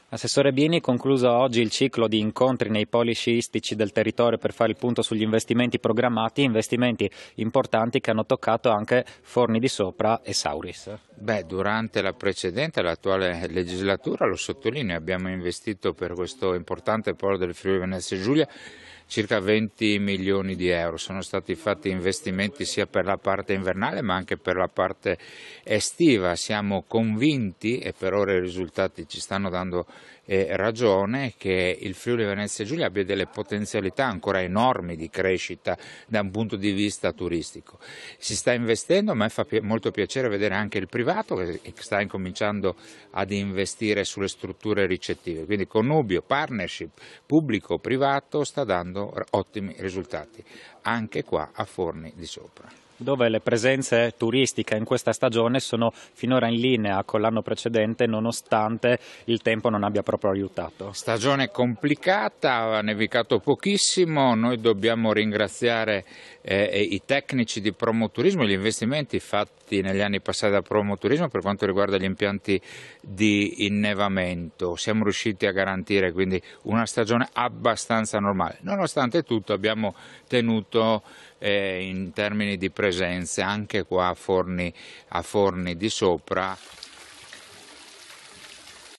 Assessore Bini, concluso oggi il ciclo di incontri nei poli sciistici del territorio per fare il punto sugli investimenti programmati, investimenti importanti che hanno toccato anche Forni di Sopra e Sauris. Durante la precedente e l'attuale legislatura, lo sottolineo, abbiamo investito per questo importante polo del Friuli Venezia Giulia circa 20 milioni di euro. Sono stati fatti investimenti sia per la parte invernale ma anche per la parte estiva. Siamo convinti, e per ora i risultati ci stanno dando ragione, che il Friuli Venezia Giulia abbia delle potenzialità ancora enormi di crescita da un punto di vista turistico. Si sta investendo, a me fa molto piacere vedere anche il privato che sta incominciando ad investire sulle strutture ricettive, quindi connubio, partnership pubblico-privato sta dando ottimi risultati, anche qua a Forni di Sopra, dove le presenze turistiche in questa stagione sono finora in linea con l'anno precedente, nonostante il tempo non abbia proprio aiutato. Stagione complicata, ha nevicato pochissimo, noi dobbiamo ringraziare i tecnici di Promoturismo, gli investimenti fatti negli anni passati da Promoturismo per quanto riguarda gli impianti di innevamento. Siamo riusciti a garantire quindi una stagione abbastanza normale. Nonostante tutto abbiamo tenuto in termini di presenze anche qua a Forni di Sopra